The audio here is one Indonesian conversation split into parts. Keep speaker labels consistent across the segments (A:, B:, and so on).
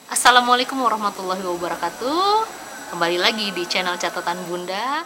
A: Assalamualaikum warahmatullahi wabarakatuh. Kembali lagi di channel Catatan Bunda.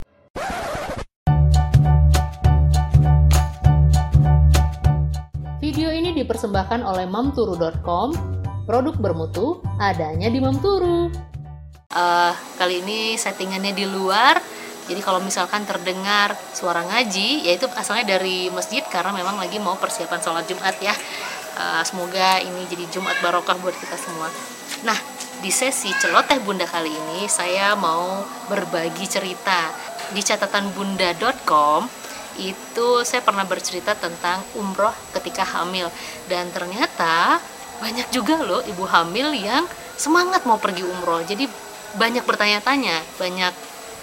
A: Video ini dipersembahkan oleh mamturu.com. Produk bermutu adanya di Mamturu. Kali ini settingannya di luar. Jadi kalau misalkan terdengar suara ngaji, yaitu asalnya dari masjid karena memang lagi mau persiapan sholat Jumat ya. Semoga ini jadi Jumat barokah buat kita semua. Nah, di sesi celoteh Bunda kali ini saya mau berbagi cerita. Di catatanbunda.com itu saya pernah bercerita tentang umroh ketika hamil. Dan ternyata banyak juga loh ibu hamil yang semangat mau pergi umroh. Jadi banyak bertanya-tanya, banyak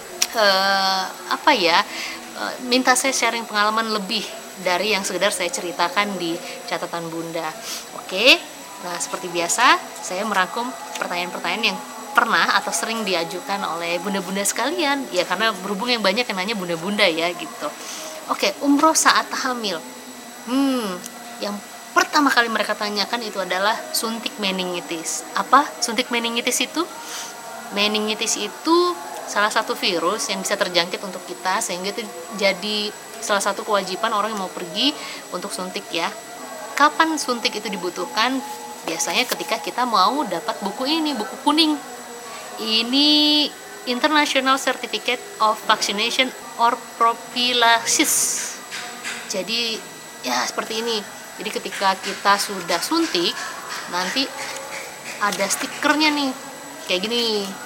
A: minta saya sharing pengalaman lebih dari yang sekedar saya ceritakan di catatan Bunda. Oke, nah seperti biasa saya merangkum pertanyaan-pertanyaan yang pernah atau sering diajukan oleh bunda-bunda sekalian. Ya karena berhubung yang banyak yang nanya bunda-bunda ya gitu. Oke, umroh saat hamil. Yang pertama kali mereka tanyakan itu adalah suntik meningitis. Apa suntik meningitis itu? Meningitis itu salah satu virus yang bisa terjangkit untuk kita, sehingga itu jadi salah satu kewajiban orang yang mau pergi untuk suntik ya. Kapan suntik itu dibutuhkan? Biasanya ketika kita mau dapat buku ini, buku kuning. Ini International Certificate of Vaccination or Prophylaxis. Jadi ya seperti ini. Jadi ketika kita sudah suntik, nanti ada stikernya nih, kayak gini.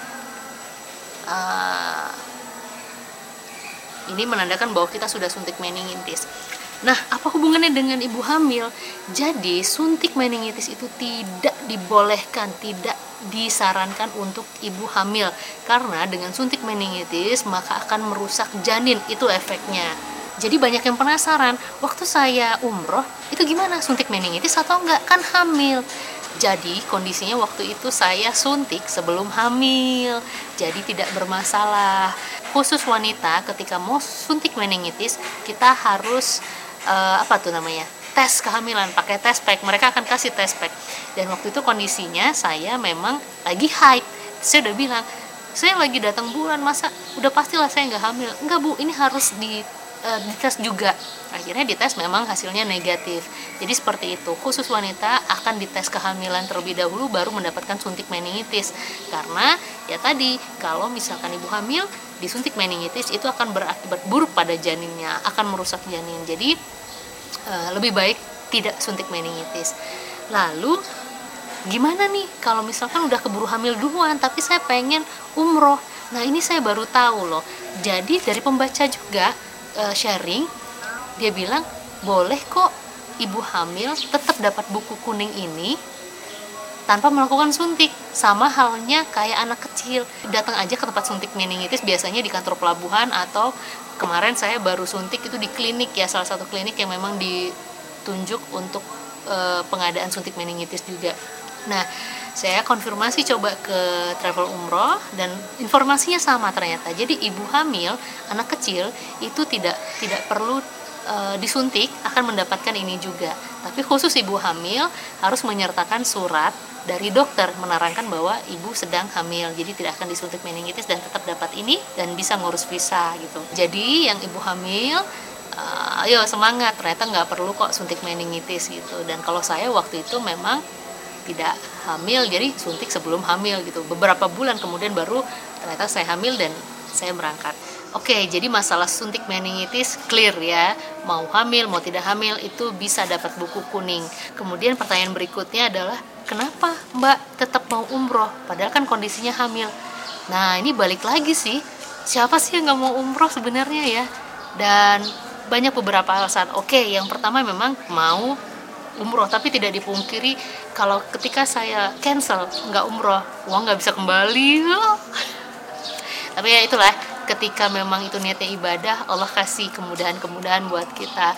A: Ini menandakan bahwa kita sudah suntik meningitis. Nah, apa hubungannya dengan ibu hamil? Jadi, suntik meningitis itu tidak dibolehkan, tidak disarankan untuk ibu hamil. Karena dengan suntik meningitis, maka akan merusak janin, itu efeknya. Jadi banyak yang penasaran, waktu saya umroh, itu gimana? Suntik meningitis atau enggak? Kan hamil. Jadi kondisinya waktu itu saya suntik sebelum hamil, jadi tidak bermasalah. Khusus wanita ketika mau suntik meningitis, kita harus tes kehamilan, pakai test pack. Mereka akan kasih test pack. Dan waktu itu kondisinya saya memang lagi haid. Saya udah bilang, saya lagi datang bulan, masa udah pastilah saya nggak hamil. Enggak bu, ini harus dites juga. Akhirnya dites, memang hasilnya negatif. Jadi seperti itu, khusus wanita akan dites kehamilan terlebih dahulu baru mendapatkan suntik meningitis. Karena ya tadi, kalau misalkan ibu hamil disuntik meningitis itu akan berakibat buruk pada janinnya, akan merusak janin. Jadi lebih baik tidak suntik meningitis. Lalu gimana nih kalau misalkan udah keburu hamil duluan tapi saya pengen umroh? Nah ini saya baru tahu loh. Jadi dari pembaca juga sharing, dia bilang boleh kok ibu hamil tetap dapat buku kuning ini tanpa melakukan suntik. Sama halnya kayak anak kecil, datang aja ke tempat suntik meningitis, biasanya di kantor pelabuhan, atau kemarin saya baru suntik itu di klinik ya, salah satu klinik yang memang ditunjuk untuk pengadaan suntik meningitis juga. Nah, saya konfirmasi coba ke travel umroh dan informasinya sama ternyata. Jadi ibu hamil, anak kecil itu tidak perlu disuntik, akan mendapatkan ini juga. Tapi khusus ibu hamil harus menyertakan surat dari dokter menerangkan bahwa ibu sedang hamil, jadi tidak akan disuntik meningitis dan tetap dapat ini dan bisa ngurus visa gitu. Jadi yang ibu hamil, ayo semangat, ternyata nggak perlu kok suntik meningitis gitu. Dan kalau saya waktu itu memang tidak hamil, jadi suntik sebelum hamil gitu. Beberapa bulan kemudian baru ternyata saya hamil dan saya berangkat. Oke, jadi masalah suntik meningitis clear ya. Mau hamil, mau tidak hamil itu bisa dapat buku kuning. Kemudian pertanyaan berikutnya adalah, kenapa Mbak tetap mau umroh padahal kan kondisinya hamil? Nah, ini balik lagi sih. Siapa sih yang nggak mau umroh sebenarnya ya? Dan banyak beberapa alasan. Oke, yang pertama memang mau umroh, tapi tidak dipungkiri kalau ketika saya cancel nggak umroh, uang nggak bisa kembali loh. Tapi ya itulah, ketika memang itu niatnya ibadah, Allah kasih kemudahan-kemudahan buat kita.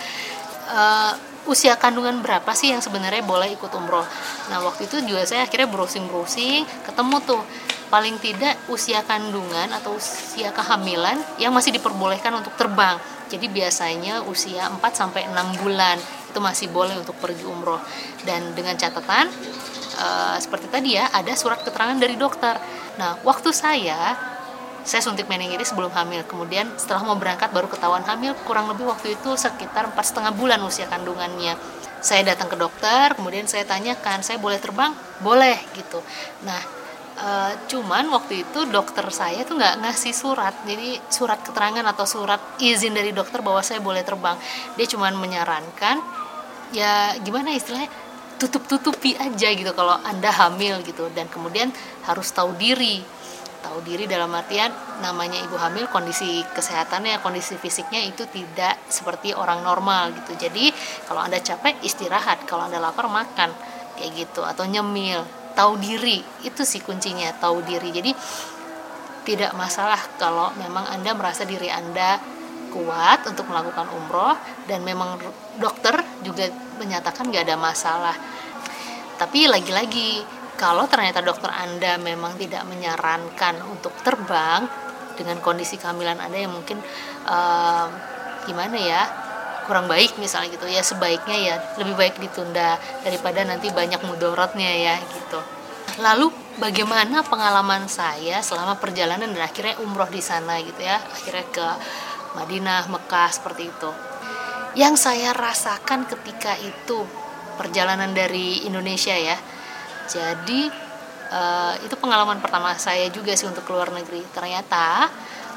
A: Usia kandungan berapa sih yang sebenarnya boleh ikut umroh? Nah waktu itu juga saya akhirnya browsing, ketemu tuh paling tidak usia kandungan atau usia kehamilan yang masih diperbolehkan untuk terbang. Jadi biasanya usia 4-6 bulan itu masih boleh untuk pergi umroh. Dan dengan catatan seperti tadi ya, ada surat keterangan dari dokter. Nah, waktu saya suntik meningitis sebelum hamil, kemudian setelah mau berangkat baru ketahuan hamil, kurang lebih waktu itu sekitar 4,5 bulan usia kandungannya. Saya datang ke dokter, kemudian saya tanyakan, saya boleh terbang? Boleh gitu. Nah, cuman waktu itu dokter saya tuh nggak ngasih surat, jadi surat keterangan atau surat izin dari dokter bahwa saya boleh terbang. Dia cuman menyarankan, ya gimana istilahnya, tutup-tutupi aja gitu kalau Anda hamil gitu, dan kemudian harus tahu diri dalam artian namanya ibu hamil, kondisi kesehatannya, kondisi fisiknya itu tidak seperti orang normal gitu. Jadi kalau Anda capek istirahat, kalau Anda lapar makan kayak gitu, atau nyemil. Tahu diri, itu sih kuncinya, tahu diri. Jadi tidak masalah kalau memang Anda merasa diri Anda kuat untuk melakukan umroh, dan memang dokter juga menyatakan gak ada masalah. Tapi lagi-lagi, kalau ternyata dokter Anda memang tidak menyarankan untuk terbang dengan kondisi kehamilan Anda yang mungkin gimana ya, kurang baik misalnya gitu ya, sebaiknya ya lebih baik ditunda daripada nanti banyak mudaratnya ya gitu. Lalu bagaimana pengalaman saya selama perjalanan dan akhirnya umroh di sana gitu ya, akhirnya ke Madinah, Mekah seperti itu. Yang saya rasakan ketika itu perjalanan dari Indonesia ya, jadi itu pengalaman pertama saya juga sih untuk keluar negeri. Ternyata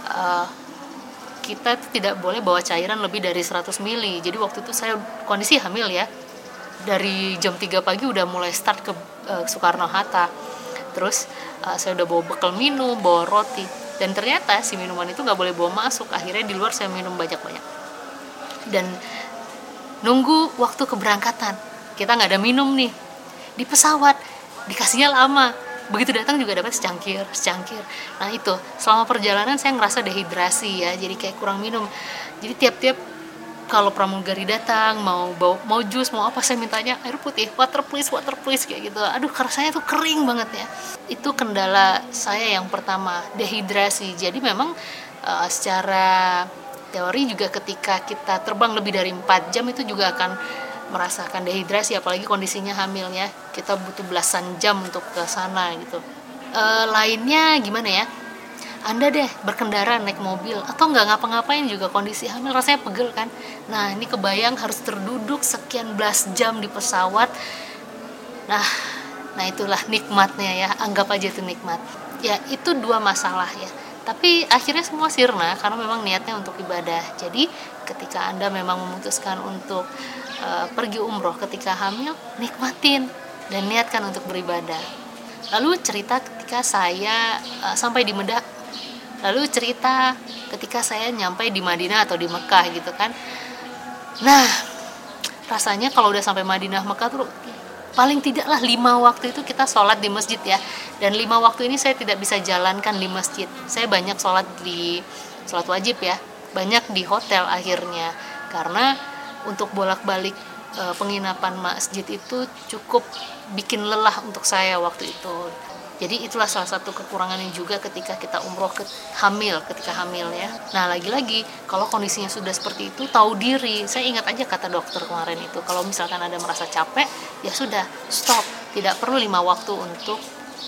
A: kita tidak boleh bawa cairan lebih dari 100 ml. Jadi waktu itu saya kondisi hamil ya, dari jam 3 pagi udah mulai start ke Soekarno-Hatta. Terus saya udah bawa bekal minum, bawa roti, dan ternyata si minuman itu gak boleh bawa masuk. Akhirnya di luar saya minum banyak-banyak. Dan nunggu waktu keberangkatan, kita gak ada minum nih. Di pesawat dikasihnya lama, begitu datang juga dapat secangkir. Nah itu, selama perjalanan saya ngerasa dehidrasi ya, jadi kayak kurang minum. Jadi tiap-tiap kalau pramugari datang mau jus mau apa, saya mintanya air putih, water please kayak gitu. Aduh, rasanya tuh kering banget ya. Itu kendala saya yang pertama, dehidrasi. Jadi memang secara teori juga ketika kita terbang lebih dari 4 jam itu juga akan merasakan dehidrasi, apalagi kondisinya hamil ya, kita butuh belasan jam untuk ke sana gitu. Lainnya gimana ya, Anda deh berkendara naik mobil atau nggak ngapa-ngapain juga kondisi hamil, rasanya pegel kan. Nah ini kebayang harus terduduk sekian belas jam di pesawat. Nah itulah nikmatnya ya, anggap aja itu nikmat ya. Itu 2 masalah ya, tapi akhirnya semua sirna karena memang niatnya untuk ibadah. Jadi ketika Anda memang memutuskan untuk pergi umroh ketika hamil, nikmatin dan niatkan untuk beribadah. Lalu cerita ketika saya sampai di Medak, lalu cerita ketika saya nyampe di Madinah atau di Mekah gitu kan. Nah rasanya kalau udah sampai Madinah, Mekah tuh paling tidaklah 5 waktu itu kita sholat di masjid ya. Dan 5 waktu ini saya tidak bisa jalankan di masjid. Saya banyak sholat wajib ya, banyak di hotel akhirnya, karena untuk bolak-balik penginapan masjid itu cukup bikin lelah untuk saya waktu itu. Jadi itulah salah satu kekurangannya juga ketika kita umroh ketika hamil ya. Nah lagi-lagi kalau kondisinya sudah seperti itu, tahu diri. Saya ingat aja kata dokter kemarin itu, kalau misalkan ada merasa capek, ya sudah stop. Tidak perlu 5 waktu untuk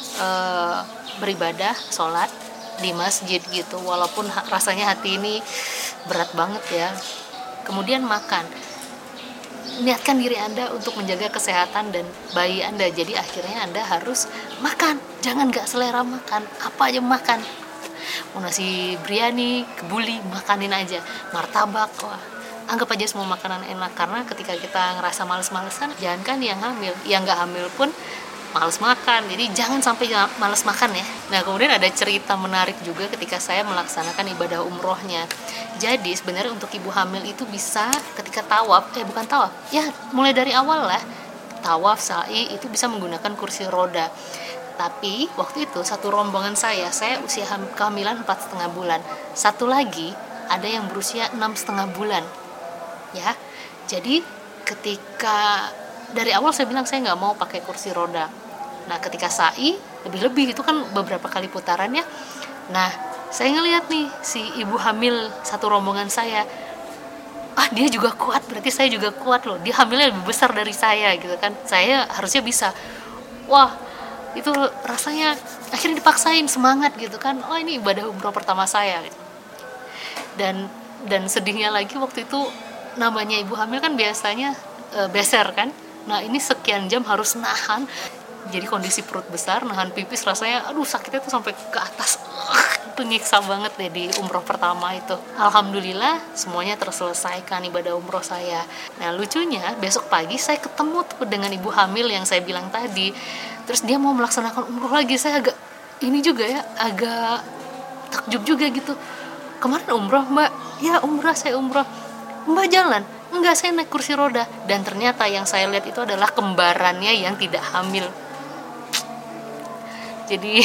A: beribadah, sholat di masjid gitu. Walaupun rasanya hati ini berat banget ya. Kemudian makan, niatkan diri Anda untuk menjaga kesehatan dan bayi Anda. Jadi akhirnya Anda harus makan, jangan gak selera makan, apa aja makan. Mau nasi biryani, kebuli, makanin aja. Martabak, wah, anggap aja semua makanan enak. Karena ketika kita ngerasa males-malesan, jangankan yang hamil, yang gak hamil pun males makan. Jadi jangan sampai males makan ya. Nah kemudian ada cerita menarik juga ketika saya melaksanakan ibadah umrohnya. Jadi sebenarnya untuk ibu hamil itu bisa ketika tawaf, bukan tawaf ya, mulai dari awal lah, tawaf, sa'i itu bisa menggunakan kursi roda. Tapi waktu itu satu rombongan saya usia kehamilan 4,5 bulan, satu lagi ada yang berusia 6,5 bulan ya. Jadi ketika dari awal saya bilang saya nggak mau pakai kursi roda. Nah ketika sa'i lebih-lebih itu kan beberapa kali putaran ya. Nah saya ngelihat nih si ibu hamil satu rombongan saya, dia juga kuat, berarti saya juga kuat loh. Dia hamilnya lebih besar dari saya gitu kan. Saya harusnya bisa. Wah, itu rasanya akhirnya dipaksain semangat gitu kan, oh ini ibadah umroh pertama saya gitu. Dan sedihnya lagi waktu itu, namanya ibu hamil kan biasanya beser kan, nah ini sekian jam harus nahan, jadi kondisi perut besar, nahan pipis, rasanya aduh sakitnya tuh sampai ke atas. Itu nyiksa banget deh di umroh pertama itu. Alhamdulillah semuanya terselesaikan ibadah umroh saya. Nah lucunya besok pagi saya ketemu tuh dengan ibu hamil yang saya bilang tadi, terus dia mau melaksanakan umroh lagi. Saya agak ini juga ya, agak takjub juga gitu. Kemarin umroh mbak? Ya umroh, saya umroh. Mbak jalan? Enggak, saya naik kursi roda. Dan ternyata yang saya lihat itu adalah kembarannya yang tidak hamil. Jadi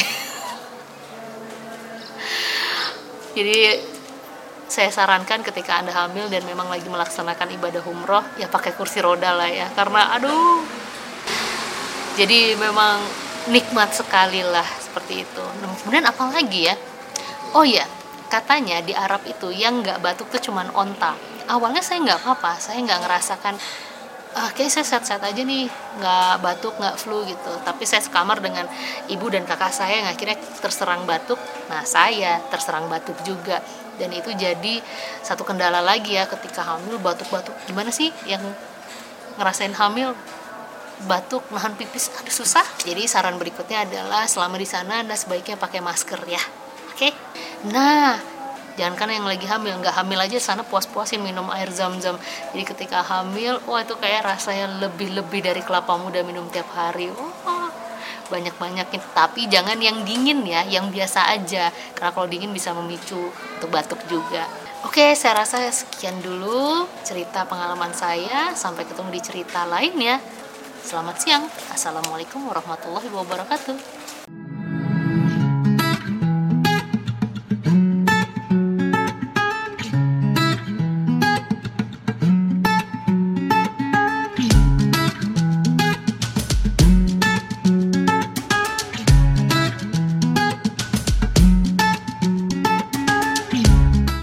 A: jadi saya sarankan ketika Anda hamil dan memang lagi melaksanakan ibadah umroh, ya pakai kursi roda lah ya, karena aduh, jadi memang nikmat sekali lah seperti itu. Nah, kemudian apa lagi ya? Oh ya, katanya di Arab itu yang nggak batuk tuh cuman onta. Awalnya saya nggak apa-apa, saya nggak ngerasakan kayak saya sehat-sehat aja nih, nggak batuk, nggak flu gitu. Tapi saya sekamar dengan ibu dan kakak saya yang akhirnya terserang batuk. Nah saya terserang batuk juga, dan itu jadi satu kendala lagi ya ketika hamil, batuk-batuk. Gimana sih yang ngerasain hamil batuk, nahan pipis, aduh susah. Jadi saran berikutnya adalah selama di sana Anda sebaiknya pakai masker ya. Oke? Nah, jangan kan yang lagi hamil, nggak hamil aja sana puas-puasin minum air zam-zam. Jadi ketika hamil, wah itu kayak rasanya lebih-lebih dari kelapa muda minum tiap hari. Wah, banyak-banyakin. Tapi jangan yang dingin ya, yang biasa aja. Karena kalau dingin bisa memicu untuk batuk juga. Oke, saya rasa sekian dulu cerita pengalaman saya. Sampai ketemu di cerita lainnya. Selamat siang. Assalamualaikum warahmatullahi wabarakatuh.